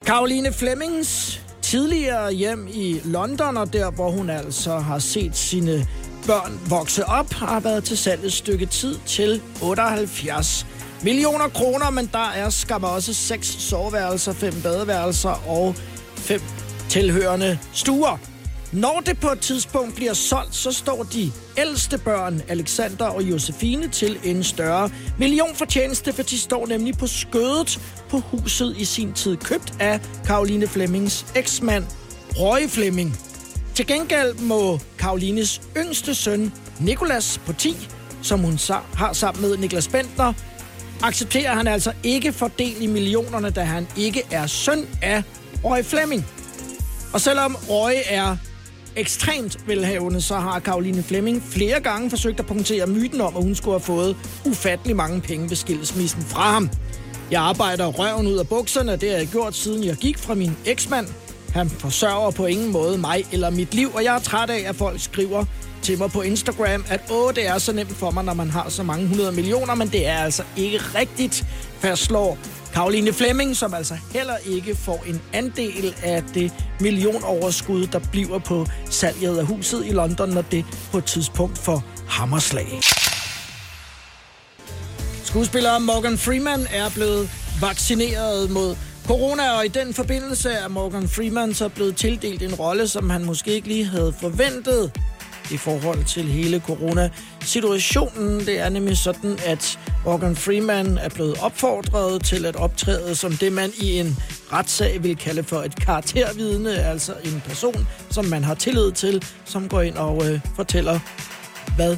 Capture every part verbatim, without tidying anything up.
Caroline Flemmings tidligere hjem i London, og der hvor hun altså har set sine børn vokse op, har været til salg et stykke tid til otteoghalvfjerds millioner kroner, men der er skam også seks soveværelser, fem badeværelser og fem tilhørende stuer. Når det på et tidspunkt bliver solgt, så står de ældste børn, Alexander og Josefine, til en større millionfortjeneste, for de står nemlig på skødet på huset i sin tid, købt af Caroline Flemmings eksmand, Roy Flemming. Til gengæld må Carolines yngste søn, Nicolas på ti, som hun har sammen med Niklas Bentner, accepterer han altså ikke fordel i millionerne, da han ikke er søn af Roy Flemming. Og selvom Roy er ekstremt velhavende, så har Caroline Flemming flere gange forsøgt at punktere myten om, at hun skulle have fået ufattelig mange penge ved skilsmissen fra ham. Jeg arbejder røven ud af bukserne, det har jeg gjort, siden jeg gik fra min eksmand. Han forsørger på ingen måde mig eller mit liv, og jeg er træt af, at folk skriver til mig på Instagram, at åh, det er så nemt for mig, når man har så mange hundrede millioner, men det er altså ikke rigtigt, fastslår Caroline Flemming, som altså heller ikke får en andel af det millionoverskud, der bliver på salget af huset i London, når det på et tidspunkt får hammerslag. Skuespilleren Morgan Freeman er blevet vaccineret mod corona, og i den forbindelse er Morgan Freeman så blevet tildelt en rolle, som han måske ikke lige havde forventet i forhold til hele corona-situationen. Det er nemlig sådan, at Morgan Freeman er blevet opfordret til at optræde som det, man i en retssag vil kalde for et karaktervidne, altså en person, som man har tillid til, som går ind og øh, fortæller, hvad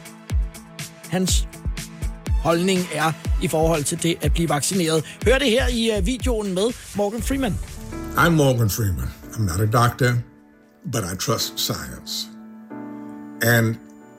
hans holdning er i forhold til det at blive vaccineret. Hør det her i uh, videoen med Morgan Freeman. I'm Morgan Freeman. I'm not a doctor, but I trust science. And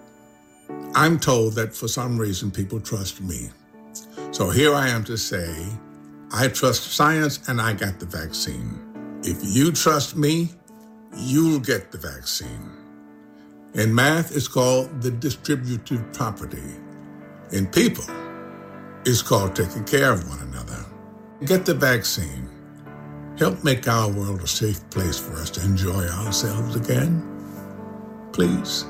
I'm told that for some reason people trust me. So here I am to say, I trust science and I got the vaccine. If you trust me, you'll get the vaccine. In math, it's called the distributive property. In people, it's called taking care of one another. Get the vaccine. Help make our world a safe place for us to enjoy ourselves again. Please.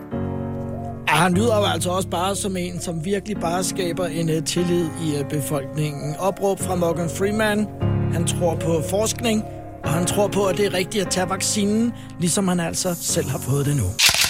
Ja, han lyder jo altså også bare som en, som virkelig bare skaber en uh, tillid i uh, befolkningen. Opråb fra Morgan Freeman. Han tror på forskning, og han tror på, at det er rigtigt at tage vaccinen, ligesom han altså selv har fået det nu.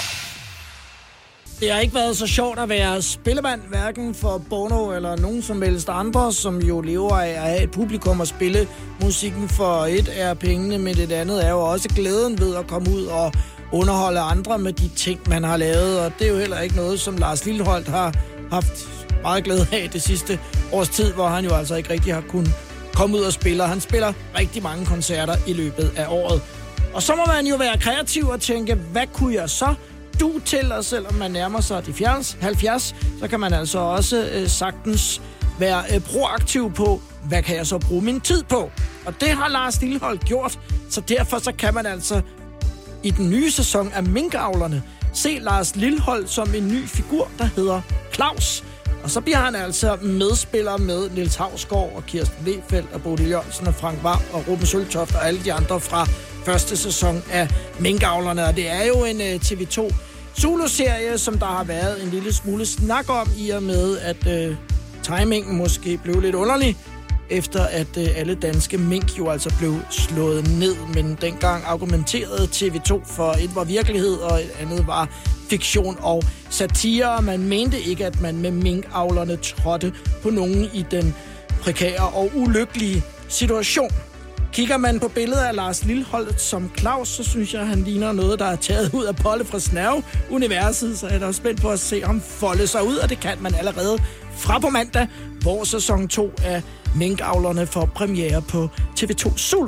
Det har ikke været så sjovt at være spillemand, hverken for Bono eller nogen som helst andre, som jo lever af at have et publikum og spille musikken for. Et er pengene, men det andet er jo også glæden ved at komme ud og underholde andre med de ting, man har lavet. Og det er jo heller ikke noget, som Lars Lilholt har haft meget glæde af det sidste års tid, hvor han jo altså ikke rigtig har kunnet komme ud og spille. Han spiller rigtig mange koncerter i løbet af året. Og så må man jo være kreativ og tænke, hvad kunne jeg så du til, og selvom man nærmer sig de halvfjerds, så kan man altså også øh, sagtens være øh, proaktiv på, hvad kan jeg så bruge min tid på? Og det har Lars Lilholt gjort, så derfor så kan man altså i den nye sæson af Minkavlerne se Lars Lilholt som en ny figur, der hedder Claus. Og så bliver han altså medspiller med Niels Hausgaard og Kirsten Lehfeldt og Bodil Jørgensen og Frank Hvam og Ruben Søltoft og alle de andre fra første sæson af Minkavlerne. Og det er jo en uh, T V to Zulu-serie, som der har været en lille smule snak om, i og med, at uh, timingen måske blev lidt underlig, efter at uh, alle danske mink jo altså blev slået ned. Men dengang argumenterede T V to for, et var virkelighed, og et andet var fiktion og satire. Man mente ikke, at man med minkavlerne trådte på nogen i den prekære og ulykkelige situation. Kigger man på billedet af Lars Lilholt som Claus, så synes jeg, at han ligner noget, der er taget ud af Polle fra Snærve-universet, så jeg er da spændt på at se ham folde sig ud, og det kan man allerede fra på mandag, hvor sæson to af Minkavlerne får premiere på T V to Zulu.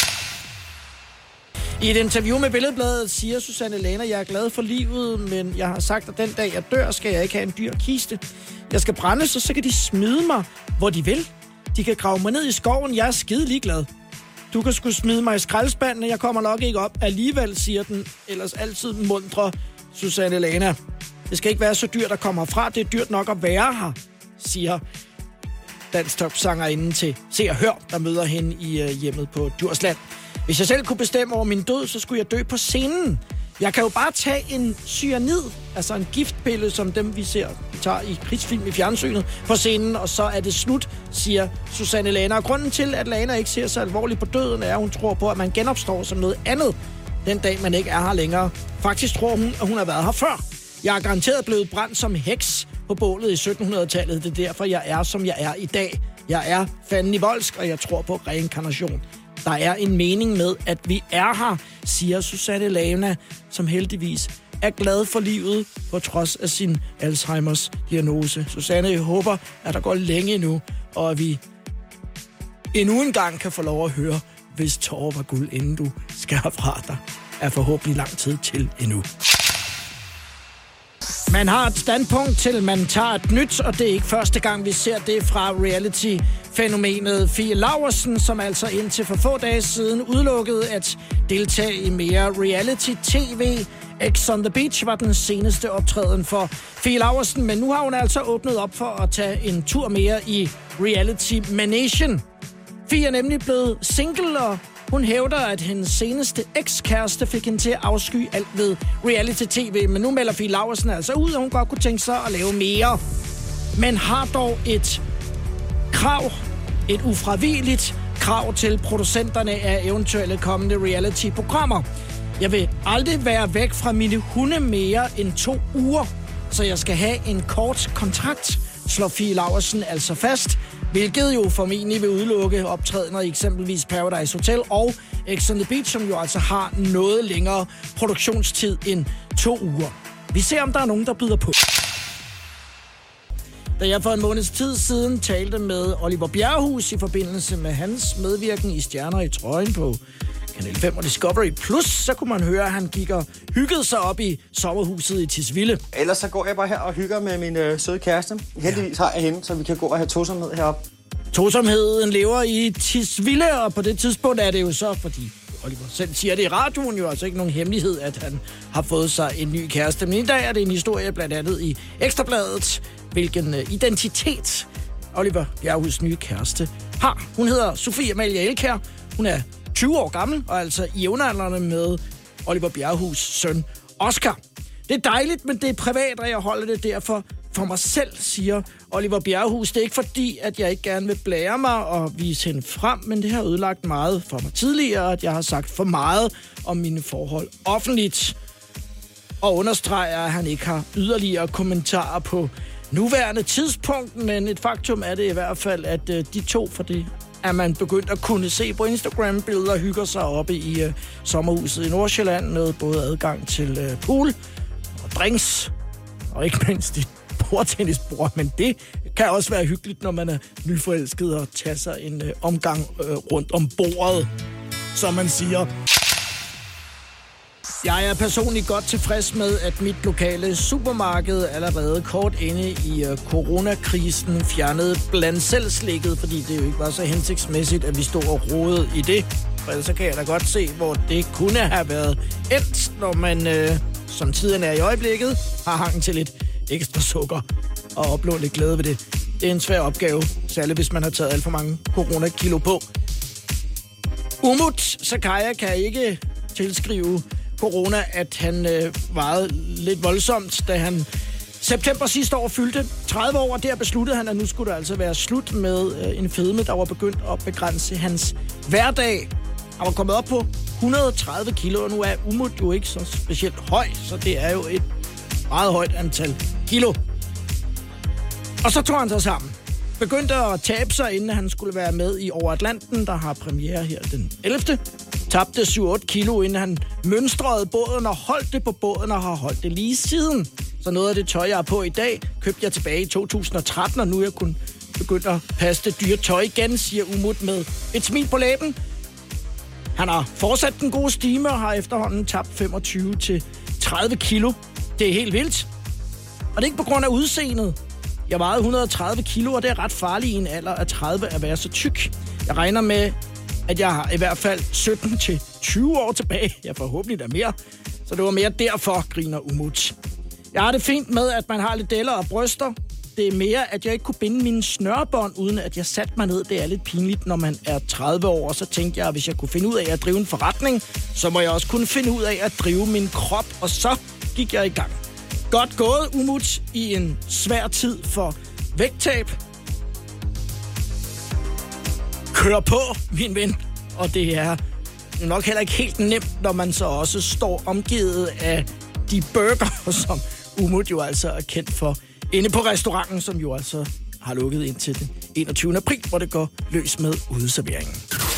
I et interview med Billedbladet siger Susanne Lana, jeg er glad for livet, men jeg har sagt, at den dag jeg dør, skal jeg ikke have en dyr kiste. Jeg skal brændes, og så kan de smide mig, hvor de vil. De kan grave mig ned i skoven, jeg er skide ligeglad. Du kan sgu smide mig i skraldespanden, jeg kommer nok ikke op alligevel, siger den ellers altid mundre Susanne Lana. Det skal ikke være så dyrt at komme herfra, det er dyrt nok at være her, siger dansk topsangerinde til Se og Hør, der møder hende i øh, hjemmet på Djursland. Hvis jeg selv kunne bestemme over min død, så skulle jeg dø på scenen. Jeg kan jo bare tage en cyanid, altså en giftpille, som dem vi ser, vi tager i krigsfilm i fjernsynet, på scenen, og så er det slut, siger Susanne Lana. Og grunden til, at Lana ikke ser så alvorligt på døden, er, at hun tror på, at man genopstår som noget andet, den dag man ikke er her længere. Faktisk tror hun, at hun har været her før. Jeg er garanteret blevet brændt som heks på bålet i sytten hundrede-tallet. Det er derfor, jeg er, som jeg er i dag. Jeg er fanden i voldsk, og jeg tror på reinkarnation. Der er en mening med, at vi er her, siger Susanne Lana, som heldigvis er glad for livet på trods af sin Alzheimers diagnose. Susanne, jeg håber, at der går længe endnu, og at vi endnu en gang kan få lov at høre, hvis tårer var guld, inden du skal herfra. Der er forhåbentlig lang tid til endnu. Man har et standpunkt til, man tager et nyt, og det er ikke første gang, vi ser det fra reality-fænomenet Fie Laursen, som altså indtil for få dage siden udelukkede at deltage i mere reality-tv. X on the Beach var den seneste optræden for Fie Laursen, men nu har hun altså åbnet op for at tage en tur mere i reality-managen. Fie er nemlig blevet single, og hun hævder, at hendes seneste ekskæreste fik hende til at afsky alt ved reality-tv, men nu melder Fie Laursen altså ud, at hun godt kunne tænke sig at lave mere. Men har dog et krav, et ufravigeligt krav til producenterne af eventuelle kommende reality-programmer. Jeg vil aldrig være væk fra mine hunde mere end to uger, så jeg skal have en kort kontrakt, slår Fie Laursen altså fast, hvilket jo formentlig vil udelukke optrædener i eksempelvis Paradise Hotel og X on the Beach, som jo altså har noget længere produktionstid end to uger. Vi ser, om der er nogen, der byder på. Da jeg for en måneds tid siden talte med Oliver Bjerrehus i forbindelse med hans medvirken i Stjerner i trøjen på Kanal fem og Discovery Plus, så kunne man høre, at han gik og hyggede sig op i sommerhuset i Tisvilde. Ellers så går jeg bare her og hygger med min øh, søde kæreste. Heldigvis har jeg hende, så vi kan gå og have tosomhed heroppe. Tosomheden lever i Tisvilde, og på det tidspunkt er det jo så, fordi Oliver selv siger det i radioen, jo altså ikke nogen hemmelighed, at han har fået sig en ny kæreste. Men i dag er det en historie blandt andet i Ekstrabladet, hvilken øh, identitet Oliver Bjerrehus' nye kæreste har. Hun hedder Sofie Amalie Elkjær. Hun er tyve år gammel, og altså jævnaldrende med Oliver Bjerrehus' søn Oscar. Det er dejligt, men det er privat, og jeg holder det derfor for mig selv, siger Oliver Bjerrehus. Det er ikke fordi, at jeg ikke gerne vil blære mig og vise hende frem, men det har ødelagt meget for mig tidligere, at jeg har sagt for meget om mine forhold offentligt. Og understreger, at han ikke har yderligere kommentarer på nuværende tidspunkt, men et faktum er det i hvert fald, at de to, for det er man begyndt at kunne se på Instagram-billeder, hygger sig oppe i uh, sommerhuset i Nordsjælland med både adgang til uh, pool og drinks, og ikke mindst et bordtennisbord, men det kan også være hyggeligt, når man er nyforelsket og tager sig en uh, omgang uh, rundt om bordet, som man siger. Jeg er personligt godt tilfreds med, at mit lokale supermarked allerede kort inde i uh, coronakrisen fjernede blandt selv slikket, fordi det jo ikke var så hensigtsmæssigt, at vi stod og rodede i det. For ellers så kan jeg da godt se, hvor det kunne have været endt, når man, uh, som tiden er i øjeblikket, har hangen til lidt ekstra sukker og opnå lidt glæde ved det. Det er en svær opgave, særligt hvis man har taget alt for mange coronakilo på. Umut Sakai kan ikke tilskrive corona, at han øh, varede lidt voldsomt, da han september sidste år fyldte tredive år, og der besluttede han, at nu skulle der altså være slut med øh, en fedme, der var begyndt at begrænse hans hverdag. Han var kommet op på et hundrede og tredive kilo, og nu er Umut jo ikke så specielt høj, så det er jo et meget højt antal kilo. Og så tog han sig sammen. Begyndte at tabe sig, inden han skulle være med i Over Atlanten, der har premiere her den ellevte Tabte syv otte kilo, inden han mønstrede båden og holdt det på båden og har holdt det lige siden. Så noget af det tøj, jeg er på i dag, købte jeg tilbage i to tusind og tretten, og nu er jeg kun begyndt at passe det dyre tøj igen, siger Umut med et smil på læben. Han har fortsat den gode stime og har efterhånden tabt femogtyve til tredive kilo. Det er helt vildt. Og det er ikke på grund af udseendet. Jeg vejede et hundrede og tredive kilo, og det er ret farligt i en alder af tredive at være så tyk. Jeg regner med, at jeg har i hvert fald sytten til tyve år tilbage. Jeg forhåbentlig der mere. Så det var mere derfor, griner Umut. Jeg har det fint med, at man har lidt deller og bryster. det er mere, at jeg ikke kunne binde mine snørebånd, uden at jeg satte mig ned. Det er lidt pinligt, når man er tredive år, og så tænkte jeg, at hvis jeg kunne finde ud af at drive en forretning, så må jeg også kunne finde ud af at drive min krop, og så gik jeg i gang. Godt gået, Umut, i en svær tid for vægttab. Kør på, min ven, og det er nok heller ikke helt nemt, når man så også står omgivet af de burger, som Umut jo altså er kendt for inde på restauranten, som jo altså har lukket indtil den enogtyvende april, hvor det går løs med udeserveringen.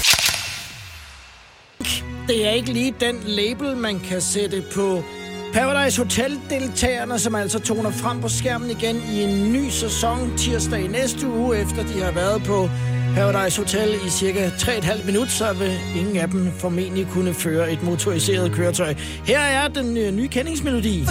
Det er ikke lige den label, man kan sætte på Paradise Hotel-deltagerne, som altså toner frem på skærmen igen i en ny sæson tirsdag i næste uge, efter de har været på Paradise Hotel i cirka tre komma fem minutter, så vil ingen af dem formentlig kunne føre et motoriseret køretøj. Her er den øh, nye kendingsmelodi.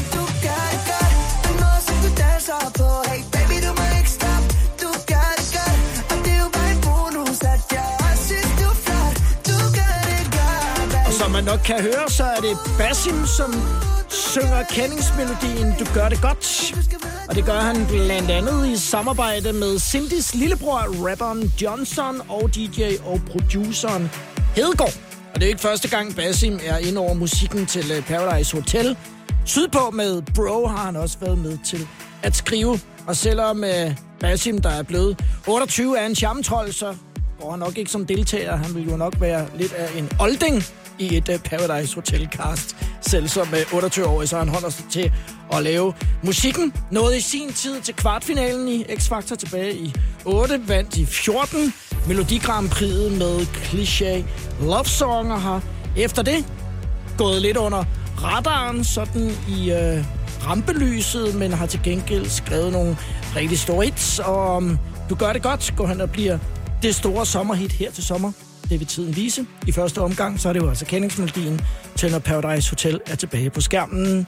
Og som man nok kan høre, så er det Basim, som synger kendingsmelodien Du gør det godt. Og det gør han blandt andet i samarbejde med Cindys lillebror, rapperen Johnson, og D J og produceren Hedegaard. Og det er ikke første gang, Basim er inde over musikken til Paradise Hotel. Sydpå med Bro har han også været med til at skrive. Og selvom Basim, der er blevet otteogtyve, er en charmetrol, så går han nok ikke som deltager. Han vil jo nok være lidt af en olding i et Paradise Hotel-cast. Selv som otteogtyve-årig, så han holder sig til at lave musikken. Nåede i sin tid til kvartfinalen i X-Factor tilbage i otte, vandt i fjorten Melodi Grand Prix'et med Cliché Love Song, og har efter det gået lidt under radaren, sådan i øh, rampelyset, men har til gengæld skrevet nogle rigtig store hits, og um, Du gør det godt, går han og bliver det store sommerhit her til sommer. Det vil tiden vise. I første omgang, så er det jo altså kendingsmelodien til, når Paradise Hotel er tilbage på skærmen.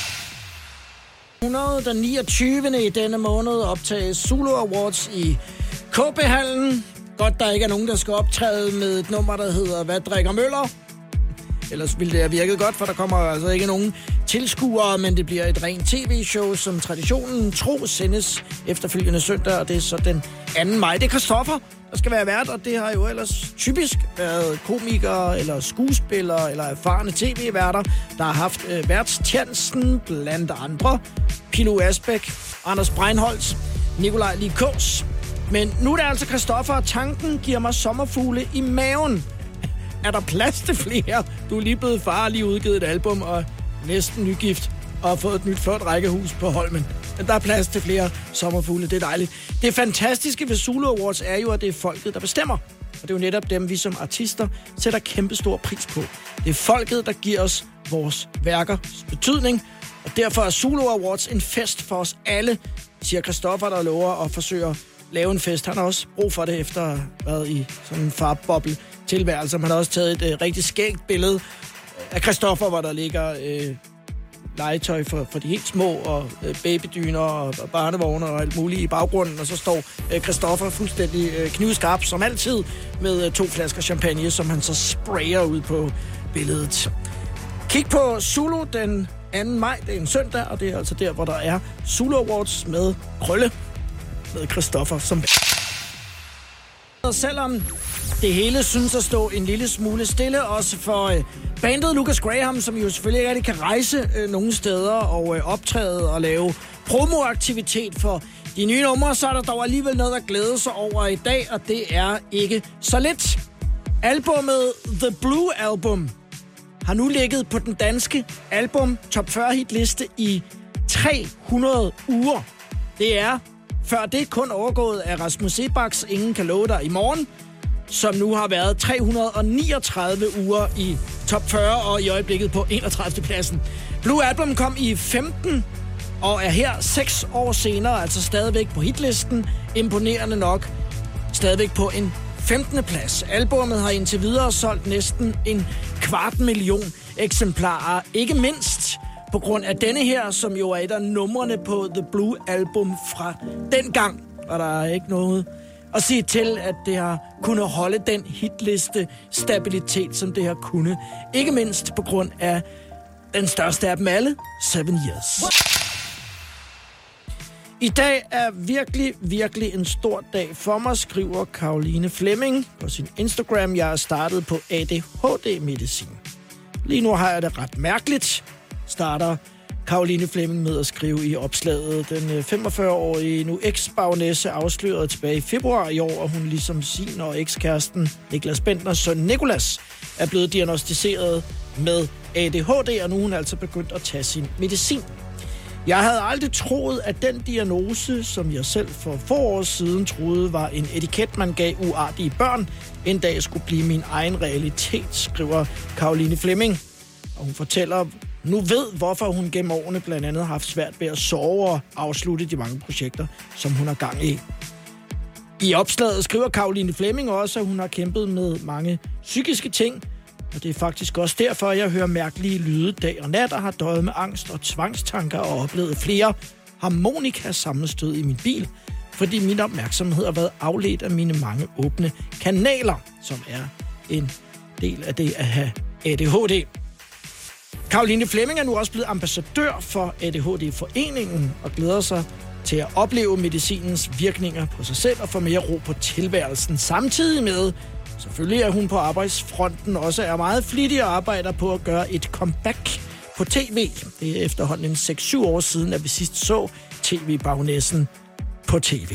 Den niogtyvende i denne måned optages Zulu Awards i K B-hallen. Godt, der ikke er nogen, der skal optræde med et nummer, der hedder Hvad drikker Møller? Ellers ville det have virket godt, for der kommer altså ikke nogen tilskuere, men det bliver et rent tv-show, som traditionen tro sendes efterfølgende søndag, og det er så den anden maj. Det er Christoffer, der skal være vært, og det har jo ellers typisk været komikere eller skuespillere eller erfarne tv-værter, der har haft øh, værtstjenesten blandt andre. Pilo Asbæk, Anders Breinholt, Nikolaj Likås. Men nu er det altså Christoffer, og tanken giver mig sommerfugle i maven. Er der plads til flere? Du er lige blevet far, lige udgivet et album og næsten nygift og har fået et nyt flot rækkehus på Holmen. Men der er plads til flere sommerfugle, det er dejligt. Det fantastiske ved Zulu Awards er jo, at det er folket, der bestemmer. Og det er jo netop dem, vi som artister sætter kæmpestor pris på. Det er folket, der giver os vores værkers betydning. Og derfor er Zulu Awards en fest for os alle, siger Christoffer, der lover at forsøge at lave en fest. Han har også brug for det efter at have været i sådan en farboble tilværelse. Man har også taget et øh, rigtig skægt billede af Christoffer, hvor der ligger øh, legetøj for, for de helt små, og øh, babydyner og, og barnevogne og alt muligt i baggrunden. Og så står øh, Christoffer fuldstændig øh, knivskarp, som altid, med øh, to flasker champagne, som han så sprayer ud på billedet. Kig på Zulu den anden maj, det er en søndag, og det er altså der, hvor der er Zulu Awards med Krølle, med Christoffer som og selvom det hele synes at stå en lille smule stille, også for øh, bandet Lucas Graham, som jo selvfølgelig ikke rigtig kan rejse øh, nogen steder og øh, optræde og lave promoaktivitet for de nye numre, så er der dog alligevel noget at glæde sig over i dag, og det er ikke så lidt. Albummet The Blue Album har nu ligget på den danske album top fyrre hitliste i tre hundrede uger. Det er før det kun overgået af Rasmus Sebaks Ingen kan love dig i morgen, som nu har været tre hundrede niogtredive uger i top fyrre og i øjeblikket på enogtredivte pladsen. Blue Album kom i femten og er her seks år senere, altså stadigvæk på hitlisten. Imponerende nok. Stadigvæk på en femtende plads. Albummet har indtil videre solgt næsten en kvart million eksemplarer. Ikke mindst på grund af denne her, som jo er et af numrene på The Blue Album fra dengang. Og der er ikke noget at sige til, at det har kunnet holde den hitliste stabilitet, som det har kunnet. Ikke mindst på grund af den største af dem alle, Seven Years. I dag er virkelig, virkelig en stor dag for mig, skriver Caroline Fleming på sin Instagram. Jeg er startet på A D H D-medicin. Lige nu har jeg det ret mærkeligt, starter Caroline Fleming med at skrive i opslaget. Den femogfyrre-årige nu eks-baronesse afslørede tilbage i februar i år, at hun ligesom sin og ekskæresten Niklas Bentners søn Nikolas er blevet diagnosticeret med A D H D, og nu er hun altså begyndt at tage sin medicin. Jeg havde aldrig troet, at den diagnose, som jeg selv for få år siden troede var en etiket, man gav uartige børn, en dag skulle blive min egen realitet, skriver Caroline Fleming. Og hun fortæller, nu ved, hvorfor hun gennem årene blandt andet har haft svært ved at sove og afslutte de mange projekter, som hun har gang i. I opslaget skriver Caroline Fleming også, at hun har kæmpet med mange psykiske ting, og det er faktisk også derfor, jeg hører mærkelige lyde dag og nat og har døjet med angst og tvangstanker og oplevet flere harmonika-sammenstød i min bil, fordi min opmærksomhed har været afledt af mine mange åbne kanaler, som er en del af det at have A D H D. Caroline Fleming er nu også blevet ambassadør for A D H D-foreningen og glæder sig til at opleve medicinens virkninger på sig selv og få mere ro på tilværelsen, samtidig med, selvfølgelig er hun på arbejdsfronten også er meget flittig og arbejder på at gøre et comeback på tv. Det er efterhånden en seks syv år siden, at vi sidst så T V-baronessen på tv.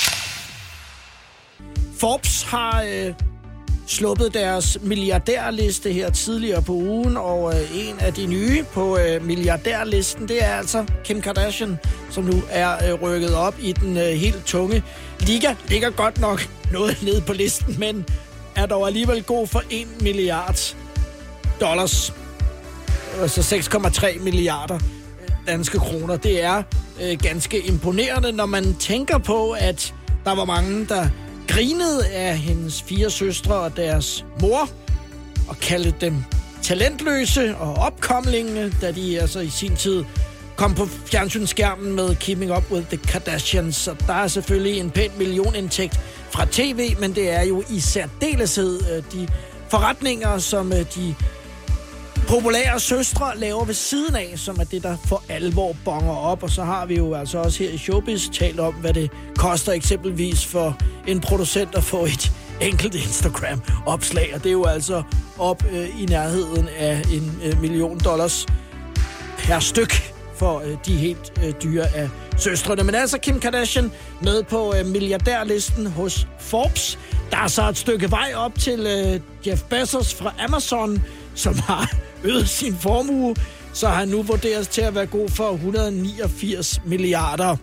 Forbes har øh, sluppet deres milliardærliste her tidligere på ugen, og øh, en af de nye på øh, milliardærlisten, det er altså Kim Kardashian, som nu er øh, rykket op i den øh, helt tunge liga. Ligger godt nok noget nede på listen, men er dog alligevel god for en milliard dollars. Altså seks komma tre milliarder danske kroner. Det er øh, ganske imponerende, når man tænker på, at der var mange, der grinede af hendes fire søstre og deres mor, og kaldte dem talentløse og opkomlinge, da de altså i sin tid kom på fjernsynsskærmen med Keeping Up with the Kardashians. Så der er selvfølgelig en pæn millionindtægt fra tv, men det er jo i særdeleshed de forretninger, som de populære søstre laver ved siden af, som er det, der for alvor bonger op. Og så har vi jo altså også her i Showbiz talt om, hvad det koster eksempelvis for en producent at få et enkelt Instagram-opslag. Og det er jo altså op øh, i nærheden af en øh, million dollars per styk for øh, de helt øh, dyre af søstrene. Men altså Kim Kardashian med på øh, milliardærlisten hos Forbes. Der er så et stykke vej op til øh, Jeff Bezos fra Amazon, som har øget sin formue, så han nu vurderes til at være god for et hundrede og niogfirs milliarder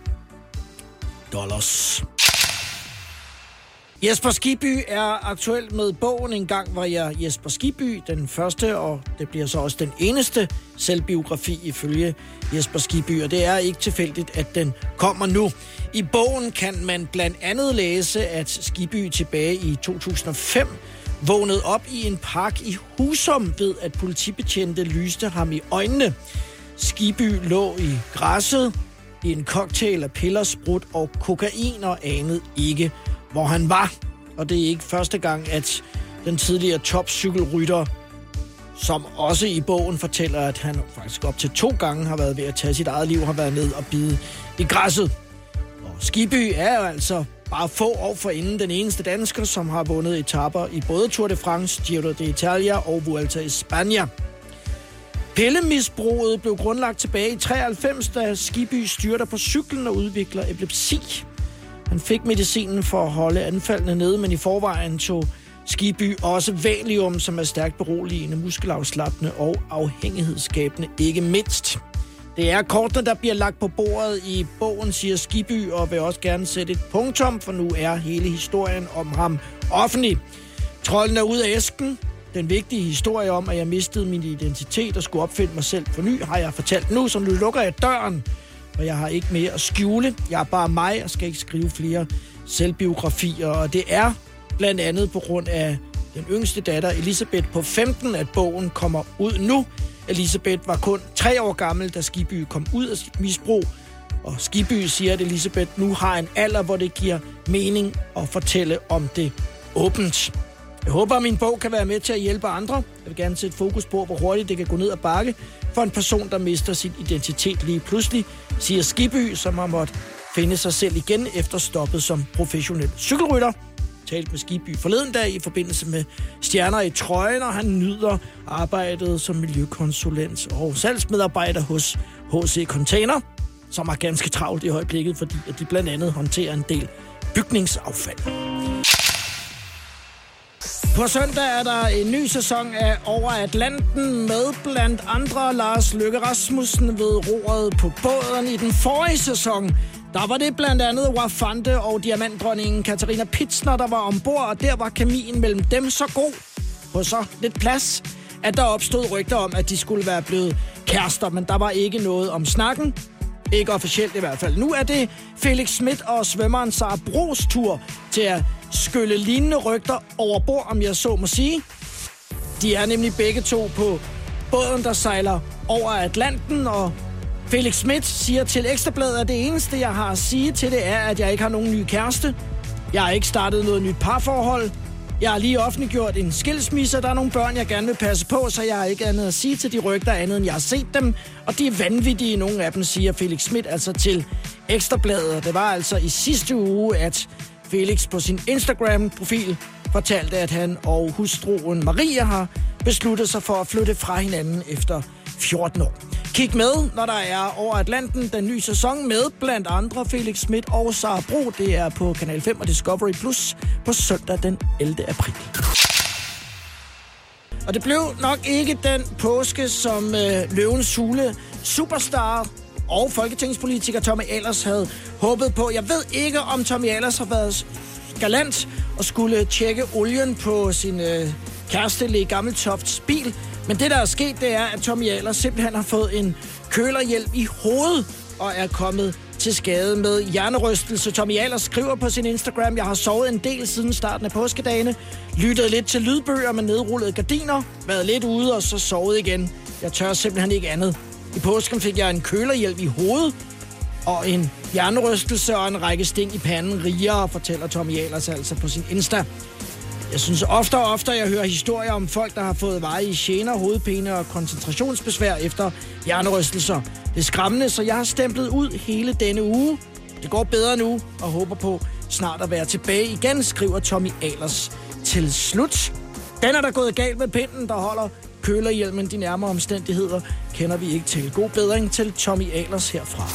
dollars. Jesper Skibby er aktuel med bogen En gang var jeg Jesper Skibby, den første, og det bliver så også den eneste selvbiografi ifølge Jesper Skibby, og det er ikke tilfældigt, at den kommer nu. I bogen kan man blandt andet læse, at Skibby tilbage i to tusind og fem vågnede op i en park i Husum ved, at politibetjente lyste ham i øjnene. Skibby lå i græsset i en cocktail af piller, sprut og kokain og anede ikke, hvor han var. Og det er ikke første gang, at den tidligere topcykelrytter, som også i bogen fortæller, at han faktisk op til to gange har været ved at tage sit eget liv, har været ned og bide i græsset. Og Skibby er jo altså bare få år forinden den eneste dansker, som har vundet etaper i både Tour de France, Giro d'Italia og Vuelta i Spanien. Pillemisbruget blev grundlagt tilbage i treoghalvfems, da Skibby styrter på cyklen og udvikler epilepsi. Han fik medicinen for at holde anfaldene nede, men i forvejen tog Skibby også Valium, som er stærkt beroligende, muskelafslappende og afhængighedsskabende, ikke mindst. Det er kortene, der bliver lagt på bordet i bogen, siger Skibby, og vil også gerne sætte et punktum, for nu er hele historien om ham offentlig. Trolden er ude af æsken. Den vigtige historie om, at jeg mistede min identitet og skulle opfinde mig selv på ny, har jeg fortalt nu, så nu lukker jeg døren, og jeg har ikke mere at skjule. Jeg er bare mig og skal ikke skrive flere selvbiografier, og det er blandt andet på grund af den yngste datter, Elisabeth, på femten, at bogen kommer ud nu. Elisabeth var kun tre år gammel, da Skibby kom ud af sit misbrug, og Skibby siger, at Elisabeth nu har en alder, hvor det giver mening at fortælle om det åbent. Jeg håber, at min bog kan være med til at hjælpe andre. Jeg vil gerne sætte fokus på, hvor hurtigt det kan gå ned ad bakke for en person, der mister sin identitet lige pludselig, siger Skibby, som har måttet finde sig selv igen efter stoppet som professionel cykelrytter. Talte med Skibby forleden dag i forbindelse med stjerner i trøjen, og han nyder arbejdet som miljøkonsulent og salgsmedarbejder hos H C Container, som er ganske travlt i øjeblikket, fordi at de blandt andet håndterer en del bygningsaffald. På søndag er der en ny sæson af Over Atlanten med blandt andre Lars Løkke Rasmussen ved roret på båden. I den forrige sæson, der var det blandt andet Wafante og diamantdronningen Katarina Pitsner, der var ombord, og der var kemien mellem dem så god på så lidt plads, at der opstod rygter om, at de skulle være blevet kærester, men der var ikke noget om snakken. Ikke officielt i hvert fald. Nu er det Felix Schmidt og svømmeren Sara Bros tur til at skylle lignende rygter over bord, om jeg så må sige. De er nemlig begge to på båden, der sejler over Atlanten, og Felix Schmidt siger til Ekstrabladet, at det eneste, jeg har at sige til det, er, at jeg ikke har nogen ny kæreste. Jeg har ikke startet noget nyt parforhold. Jeg har lige offentliggjort en skilsmisse, og der er nogle børn, jeg gerne vil passe på, så jeg har ikke andet at sige til de rygter, andet end jeg har set dem. Og de er vanvittige, nogle af dem, siger Felix Schmidt altså til Ekstrabladet. Det var altså i sidste uge, at Felix på sin Instagram-profil fortalte, at han og hustruen Maria har besluttet sig for at flytte fra hinanden efter fjorten år. Kig med, når der er Over Atlanten, den nye sæson med blandt andre Felix Schmidt og Sara Bro. Det er på Kanal fem og Discovery Plus på søndag den ellevte april. Og det blev nok ikke den påske, som øh, Løvens Hule superstar og folketingspolitiker Tommy Ahlers havde håbet på. Jeg ved ikke, om Tommy Ahlers har været galant og skulle tjekke olien på sin øh, kæreste Le Gammeltofts bil. Men det, der er sket, det er, at Tommy Ahlers simpelthen har fået en kølerhjælp i hovedet og er kommet til skade med hjernerystelse. Tommy Ahlers skriver på sin Instagram: jeg har sovet en del siden starten af påskedagene, lyttet lidt til lydbøger med nedrullede gardiner, været lidt ude og så sovet igen. Jeg tør simpelthen ikke andet. I påsken fik jeg en kølerhjælp i hovedet og en hjernerystelse og en række sting i panden rigere, fortæller Tommy Ahlers altså på sin Insta. Jeg synes ofte og ofte, jeg hører historier om folk, der har fået varige gener, hovedpine og koncentrationsbesvær efter hjernerystelser. Det er skræmmende, så jeg har stemplet ud hele denne uge. Det går bedre nu, og håber på snart at være tilbage igen, skriver Tommy Ahlers til slut. Den er der gået galt med pinden, der holder kølerhjelmen. De nærmere omstændigheder kender vi ikke til. God bedring til Tommy Ahlers herfra.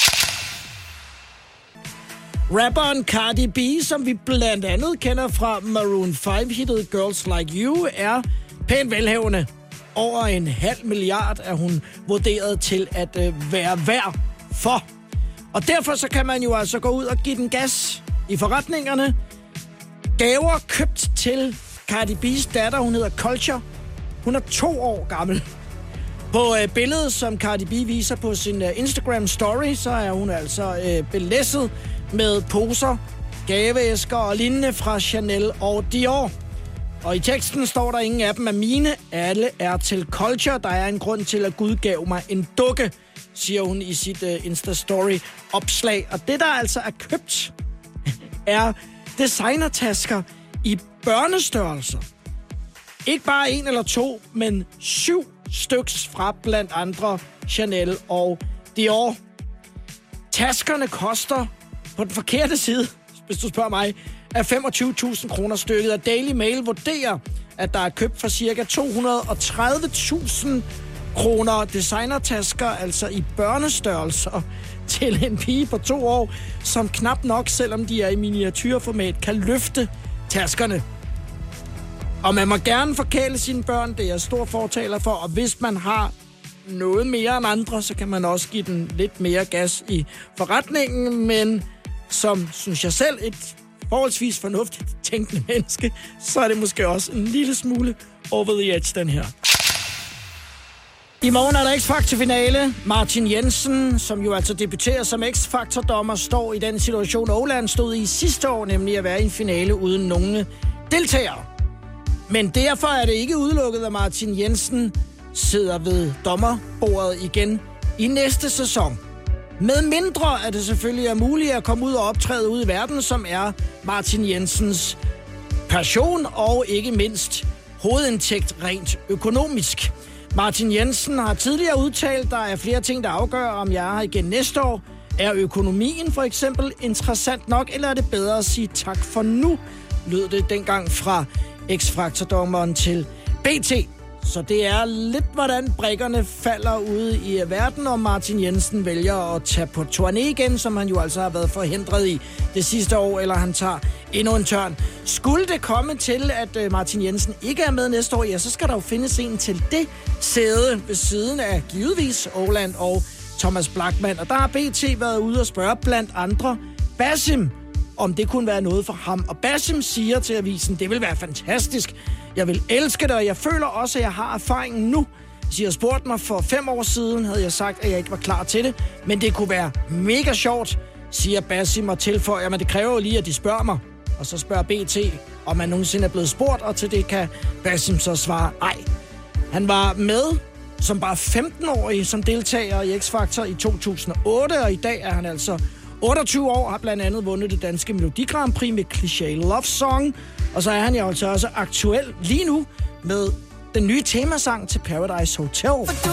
Rapperen Cardi B, som vi blandt andet kender fra Maroon fem-hittet Girls Like You, er pænt velhavende. Over en halv milliard er hun vurderet til at øh, være værd for. Og derfor så kan man jo altså gå ud og give den gas i forretningerne. Gaver købt til Cardi B's datter, hun hedder Culture. Hun er to år gammel. På øh, billedet, som Cardi B viser på sin øh, Instagram story, så er hun altså øh, belæsset med poser, gaveæsker og lignende fra Chanel og Dior. Og i teksten står der: ingen af dem er mine, alle er til Culture. Der er en grund til, at Gud gav mig en dukke, siger hun i sit uh, Insta-story-opslag. Og det, der altså er købt, er designertasker i børnestørrelser. Ikke bare en eller to, men syv styks fra blandt andre Chanel og Dior. Taskerne koster på den forkerte side, hvis du spørger mig, er femogtyve tusind kroner stykket. Og Daily Mail vurderer, at der er købt for ca. to hundrede og tredive tusind kroner designertasker, altså i børnestørrelser, til en pige på to år, som knap nok, selvom de er i miniatyrformat, kan løfte taskerne. Og man må gerne forkæle sine børn, det er jeg stor fortaler for, og hvis man har noget mere end andre, så kan man også give den lidt mere gas i forretningen, men som, synes jeg selv, et forholdsvis fornuftigt tænkende menneske, så er det måske også en lille smule over the edge, den her. I morgen er der X-Factor-finale. Martin Jensen, som jo altså debuterer som X-Factor-dommer, står i den situation, Åland stod i sidste år, nemlig at være i en finale uden nogen deltagere. Men derfor er det ikke udelukket, at Martin Jensen sidder ved dommerbordet igen i næste sæson. Med mindre er det selvfølgelig er muligt at komme ud og optræde ude i verden, som er Martin Jensens passion og ikke mindst hovedindtægt rent økonomisk. Martin Jensen har tidligere udtalt, at der er flere ting, der afgør, om jeg er her igen næste år. Er økonomien for eksempel interessant nok, eller er det bedre at sige tak for nu, lød det dengang fra X-Factor-dommeren til B T. Så det er lidt, hvordan brikkerne falder ude i verden, og Martin Jensen vælger at tage på turné igen, som han jo altså har været forhindret i det sidste år, eller han tager endnu en tørn. Skulle det komme til, at Martin Jensen ikke er med næste år, ja, så skal der jo findes en til det sæde ved siden af givetvis Åland og Thomas Blachman. Og der har B T været ude og spørge blandt andre Basim, om det kunne være noget for ham. Og Basim siger til avisen, det vil være fantastisk. Jeg vil elske det, og jeg føler også, at jeg har erfaringen nu. Hvis I havde spurgt mig for fem år siden, havde jeg sagt, at jeg ikke var klar til det. Men det kunne være mega sjovt, siger Basim og tilføjer, men det kræver jo lige, at de spørger mig. Og så spørger B T, om man nogensinde er blevet spurgt, og til det kan Basim så svare nej. Han var med som bare femten-årig som deltager i X-Factor i to tusind og otte, og i dag er han altså otteogtyve år, har blandt andet vundet det danske Melodi Grand Prix med Cliché Love Song. Og så er han jo altså også aktuel lige nu med den nye temasang til Paradise Hotel.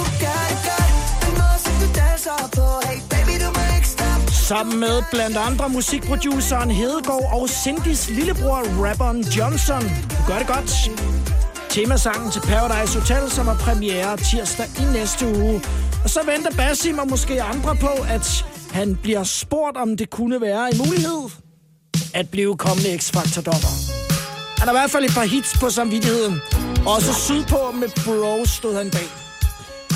Sammen med blandt andre musikproduceren Hedegaard og Cindys lillebror, rapperen Johnson. Du gør det godt. Temasangen til Paradise Hotel, som er premiere tirsdag i næste uge. Og så venter Basim og måske andre på, at han bliver spurgt, om det kunne være en mulighed at blive kommende X-Factor-dommer. Han har i hvert fald et par hits på samvittigheden. Også sydpå med Bro stod han bag.